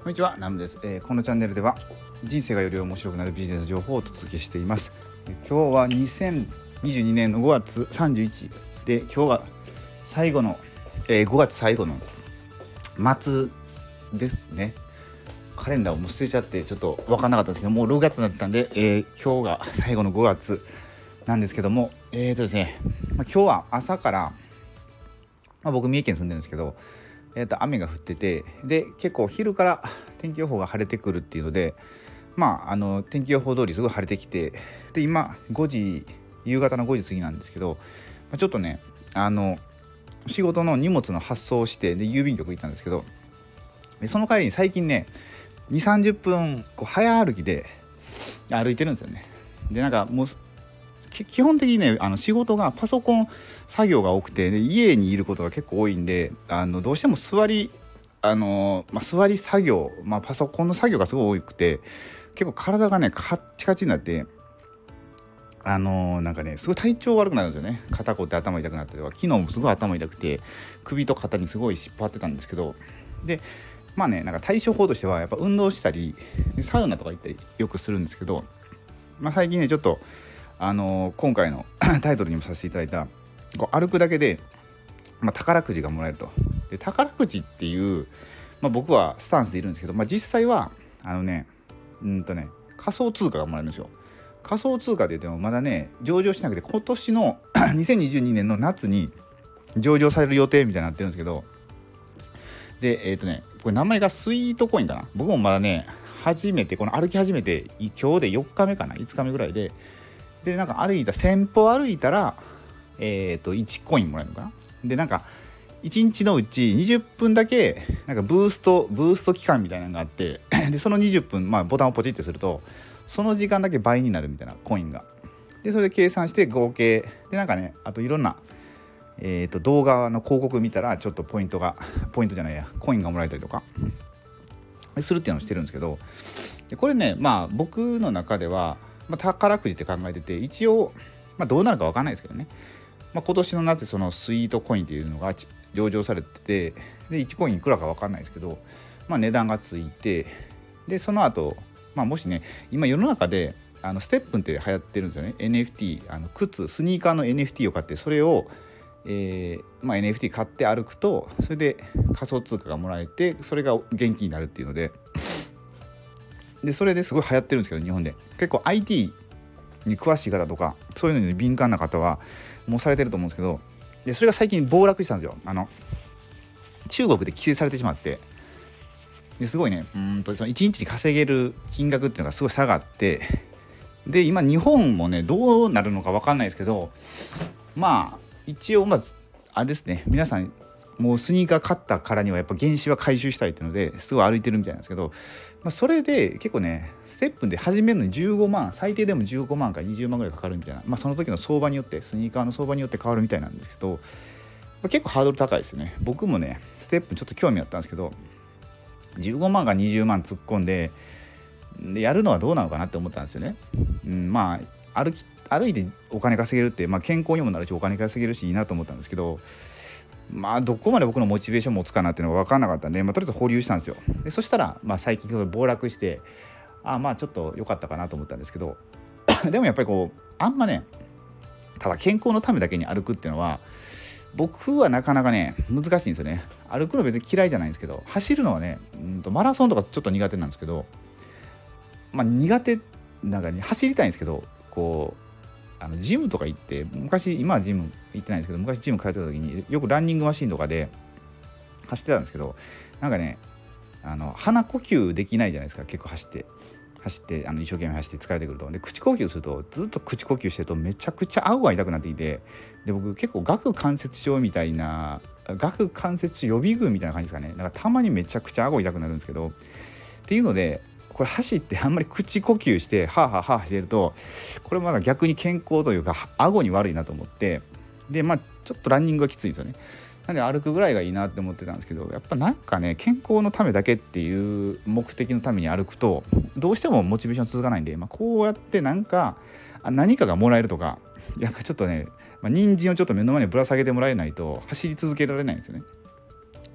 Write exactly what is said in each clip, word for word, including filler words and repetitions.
こんにちは、ナムです、えー、このチャンネルでは人生がより面白くなるビジネス情報をお届けしています。えー、今日はにせんにじゅうにねんのごがつさんじゅういちで、今日は最後の、えー、ごがつ最後の末ですね。カレンダーをもう捨てちゃってちょっと分からなかったんですけど、もうろくがつになったんで、えー、今日が最後のごがつなんですけども、えーとですね、まあ、今日は朝から、まあ、僕三重県住んでるんですけど、えー、と雨が降ってて、で結構昼から天気予報が晴れてくるっていうので、まああの天気予報通りすごい晴れてきて、で今ごじ夕方のごじ過ぎなんですけど、ちょっとねあの仕事の荷物の発送をして、で郵便局行ったんですけど、でその帰りに最近ねにじゅうさんじゅっぷんこう早歩きで歩いてるんですよね。でなんかもう基本的にねあの仕事がパソコン作業が多くて、で家にいることが結構多いんで、あのどうしても座りあの、まあ、座り作業、まあ、パソコンの作業がすごい多くて、結構体がねカッチカチになって、あのなんかねすごい体調悪くなるんですよね。肩こって頭痛くなったりとか、昨日もすごい頭痛くて首と肩にすごいしっぱってたんですけど、でまあねなんか対処法としてはやっぱ運動したりサウナとか行ったりよくするんですけど、まあ、最近ねちょっとあの今回のタイトルにもさせていただいたこう歩くだけで、まあ、宝くじがもらえると。で宝くじっていう、まあ、僕はスタンスでいるんですけど、まあ、実際はあのねうんとね仮想通貨がもらえるんですよ。仮想通貨で言ってもまだね上場しなくて、今年のにせんにじゅうにねんの夏に上場される予定みたいになってるんですけど、でえっ、ー、とねこれ名前がスイートコインかな。僕もまだね初めてこの歩き始めて今日でよっかめかないつかめぐらいで、でなんか歩いたせん歩歩いたらえっ、ー、といちコインもらえるのかな。でなんかいちにちのうちにじゅっぷんだけなんかブーストブースト期間みたいなのがあって、でそのにじゅっぷん、まあ、ボタンをポチってするとその時間だけ倍になるみたいなコインが。でそれで計算して合計でなんかねあといろんな、えー、と動画の広告見たらちょっとポイントがポイントじゃないやコインがもらえたりとかするっていうのをしてるんですけど、でこれねまあ僕の中では、まあ、宝くじって考えてて、一応、まあ、どうなるか分かんないですけどね、まあ、今年の夏そのスイートコインっていうのが上場されてて、でいちコインいくらか分かんないですけど、まあ、値段がついて、でその後、まあもしね今世の中であのステップンって流行ってるんですよね。 エヌエフティー あの靴スニーカーの エヌエフティー を買って、それを、えーまあ、エヌエフティー 買って歩くとそれで仮想通貨がもらえて、それが現金になるっていうので、でそれですごい流行ってるんですけど、日本で結構 アイティー に詳しい方とかそういうのに敏感な方はもうされてると思うんですけど、でそれが最近暴落したんですよ。あの中国で規制されてしまって、ですごいねうんとそのいちにちに稼げる金額っていうのがすごい下がって、で今日本もねどうなるのか分かんないですけど、まあ一応まああれですね、皆さんもうスニーカー買ったからにはやっぱ原資は回収したいっていうのですごい歩いてるみたいなんですけど、まあ、それで結構ねステップで始めるのにじゅうごまん、最低でもじゅうごまんからにじゅうまんぐらいかかるみたいな、まあ、その時の相場によってスニーカーの相場によって変わるみたいなんですけど、まあ、結構ハードル高いですよね。僕もねステップちょっと興味あったんですけど、じゅうごまんがにじゅうまん突っ込んででやるのはどうなのかなって思ったんですよね。うん、まあ歩き歩いてお金稼げるって、まあ、健康にもなるしお金稼げるしいいなと思ったんですけど、まあどこまで僕のモチベーション持つかなっていうのが分からなかったんで、まあ、とりあえず保留したんですよ。でそしたら、まあ、最近暴落して、あまあちょっと良かったかなと思ったんですけどでもやっぱりこうあんまねただ健康のためだけに歩くっていうのは僕はなかなかね難しいんですよね。歩くの別に嫌いじゃないんですけど、走るのはねうんとマラソンとかちょっと苦手なんですけど、まあ苦手なんかね走りたいんですけど、こうあのジムとか行って、昔今はジム行ってないんですけど、昔ジム通ってた時によくランニングマシンとかで走ってたんですけど、なんかねあの鼻呼吸できないじゃないですか。結構走って走ってあの一生懸命走って疲れてくると、で口呼吸するとずっと口呼吸してるとめちゃくちゃ顎が痛くなっていて、で僕結構顎関節症みたいな顎関節予備軍みたいな感じですかね。なんかたまにめちゃくちゃ顎痛くなるんですけど、っていうのでこれ走ってあんまり口呼吸してハーハーハーしてるとこれまだ逆に健康というか顎に悪いなと思って、でまあちょっとランニングがきついんですよね。なんで歩くぐらいがいいなって思ってたんですけど、やっぱなんかね健康のためだけっていう目的のために歩くとどうしてもモチベーション続かないんで、まあ、こうやってなんか何かがもらえるとか、やっぱちょっとね、まあ、人参をちょっと目の前にぶら下げてもらえないと走り続けられないんですよね。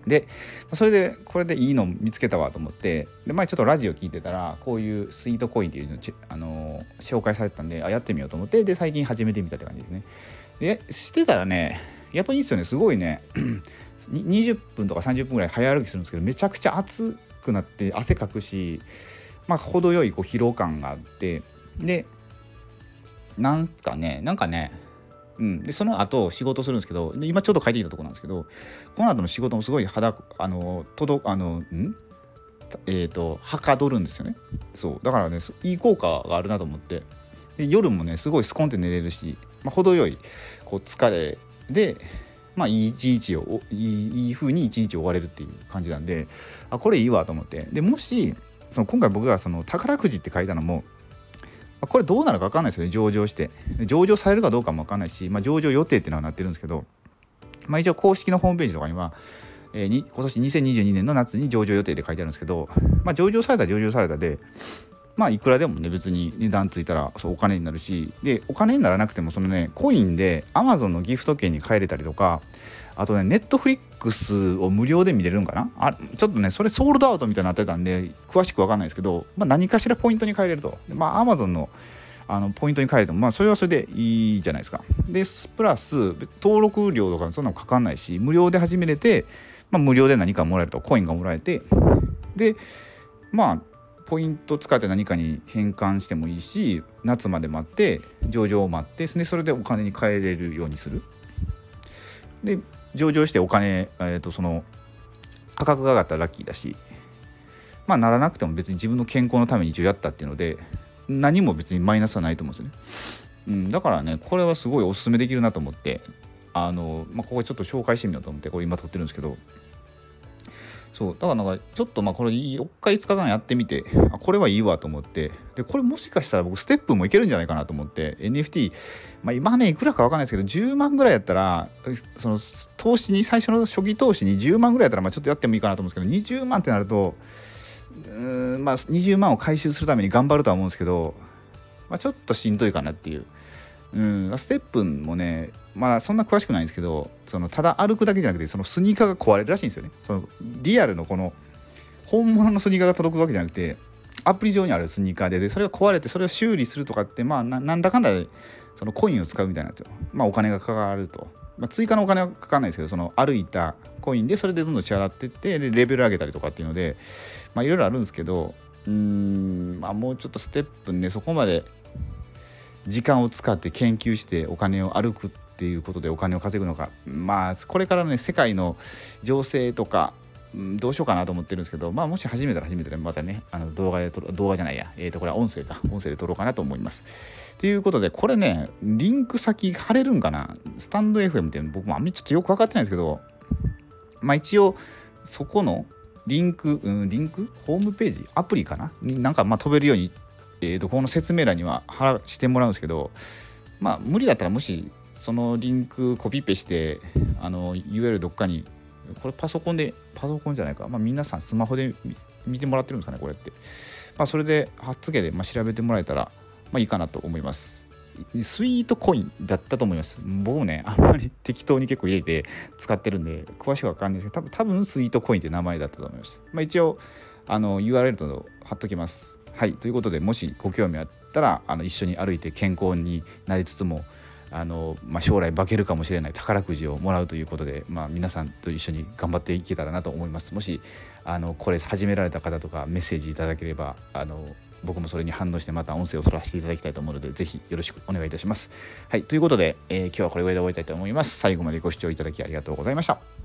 でそれでこれでいいの見つけたわと思って、で前ちょっとラジオ聞いてたらこういうスイートコインっていうのを、あのー、紹介されてたんで、あやってみようと思って、で最近始めてみたって感じですね。でしてたらねやっぱいいですよね。すごいねにじゅっぷんとかさんじゅっぷんぐらい早歩きするんですけど、めちゃくちゃ暑くなって汗かくし、まあ程よいこう疲労感があって、でなんすかねなんかねうん、でその後仕事するんですけど、で今ちょうど帰ってきたところなんですけど、この後の仕事もすごい肌あの届あのんえっ、ー、とはかどるんですよね。そうだからねいい効果があるなと思って、で夜もねすごいスコンって寝れるし、まあ、程よいこう疲れで、まあ、いい一日をいいいい風に一日終われるっていう感じなんで、あこれいいわと思って、でもしその今回僕がその宝くじって書いたのもこれどうなるか分かんないですよね。上場して上場されるかどうかも分かんないし、まあ、上場予定っていうのはなってるんですけど、まあ、一応公式のホームページとかには、えー、に今年にせんにじゅうにねんの夏に上場予定で書いてあるんですけど、まあ、上場されたら上場されたで、まあいくらでもね別に値段ついたらそうお金になるし、でお金にならなくてもそのねコインで Amazon のギフト券に変えれたりとか、あとね Netflix を無料で見れるんかな、あちょっとねそれソールドアウトみたいになってたんで詳しく分かんないですけど、まあ、何かしらポイントに変えれると、まあ Amazon のあのポイントに変えると、まあそれはそれでいいじゃないですか。でプラス登録料とかそんなのかかんないし、無料で始めれて、まあ、無料で何かもらえると、コインがもらえて、でまあポイント使って何かに変換してもいいし、夏まで待って上場を待って、でそれでお金に換えれるようにする。で上場してお金、えー、とその価格が上がったらラッキーだし、まあならなくても別に自分の健康のために一応やったっていうので何も別にマイナスはないと思うんですよね。うん、だからねこれはすごいおすすめできるなと思って、あの、まあ、ここちょっと紹介してみようと思ってこれ今撮ってるんですけど、そうだからなんかちょっとまあこれよっかいつかかんやってみて、あこれはいいわと思って、でこれもしかしたら僕ステップもいけるんじゃないかなと思って エヌエフティー、まあ、今ねいくらか分かんないですけどじゅうまんぐらいやったら、その投資に最初の初期投資にじゅうまんぐらいやったらまあちょっとやってもいいかなと思うんですけど、にじゅうまんってなるとうーんまあにじゅうまんを回収するために頑張るとは思うんですけど、まあ、ちょっとしんどいかなっていう。うん、ステップもねまあそんな詳しくないんですけど、そのただ歩くだけじゃなくてそのスニーカーが壊れるらしいんですよね。そのリアルのこの本物のスニーカーが届くわけじゃなくてアプリ上にあるスニーカー で, でそれが壊れてそれを修理するとかって、まあ な, なんだかんだでそのコインを使うみたいなんですよ。まあお金がかかると、まあ、追加のお金はかかんないですけど、その歩いたコインでそれでどんどん支払っていってでレベル上げたりとかっていうので、まあいろいろあるんですけど、うーんまあもうちょっとステップねそこまで時間を使って研究してお金を歩くっていうことでお金を稼ぐのか、まあこれからね世界の情勢とかどうしようかなと思ってるんですけど、まあもし始めたら始めたらまたねあの動画で撮る動画じゃないやえっ、ー、とこれは音声か音声で撮ろうかなと思います。ということでこれねリンク先貼れるんかな、スタンド エフエム って僕もあんまりちょっとよく分かってないんですけど、まあ一応そこのリンク、うん、リンクホームページアプリかなになんかまあ飛べるようにえー、とこの説明欄には貼らしてもらうんですけど、まあ無理だったらもしそのリンクコピペしてあの ユーアールエル どっかにこれパソコンでパソコンじゃないか、まあ、皆さんスマホで見てもらってるんですかねこれって、まあ、それで貼っつけて、まあ、調べてもらえたら、まあ、いいかなと思います。スイートコインだったと思います。僕もねあんまり適当に結構入れて使ってるんで詳しくは分かんないですけど、多分多分スイートコインって名前だったと思います。まあ、一応あの ユーアールエル と貼っときます。はい、ということでもしご興味あったらあの一緒に歩いて健康になりつつもあの、まあ、将来化けるかもしれない宝くじをもらうということで、まあ、皆さんと一緒に頑張っていけたらなと思います。もしあのこれ始められた方とかメッセージいただければあの僕もそれに反応してまた音声を取らせていただきたいと思うのでぜひよろしくお願いいたします。はい、ということで、えー、今日はこれぐらいで終わりたいと思います。最後までご視聴いただきありがとうございました。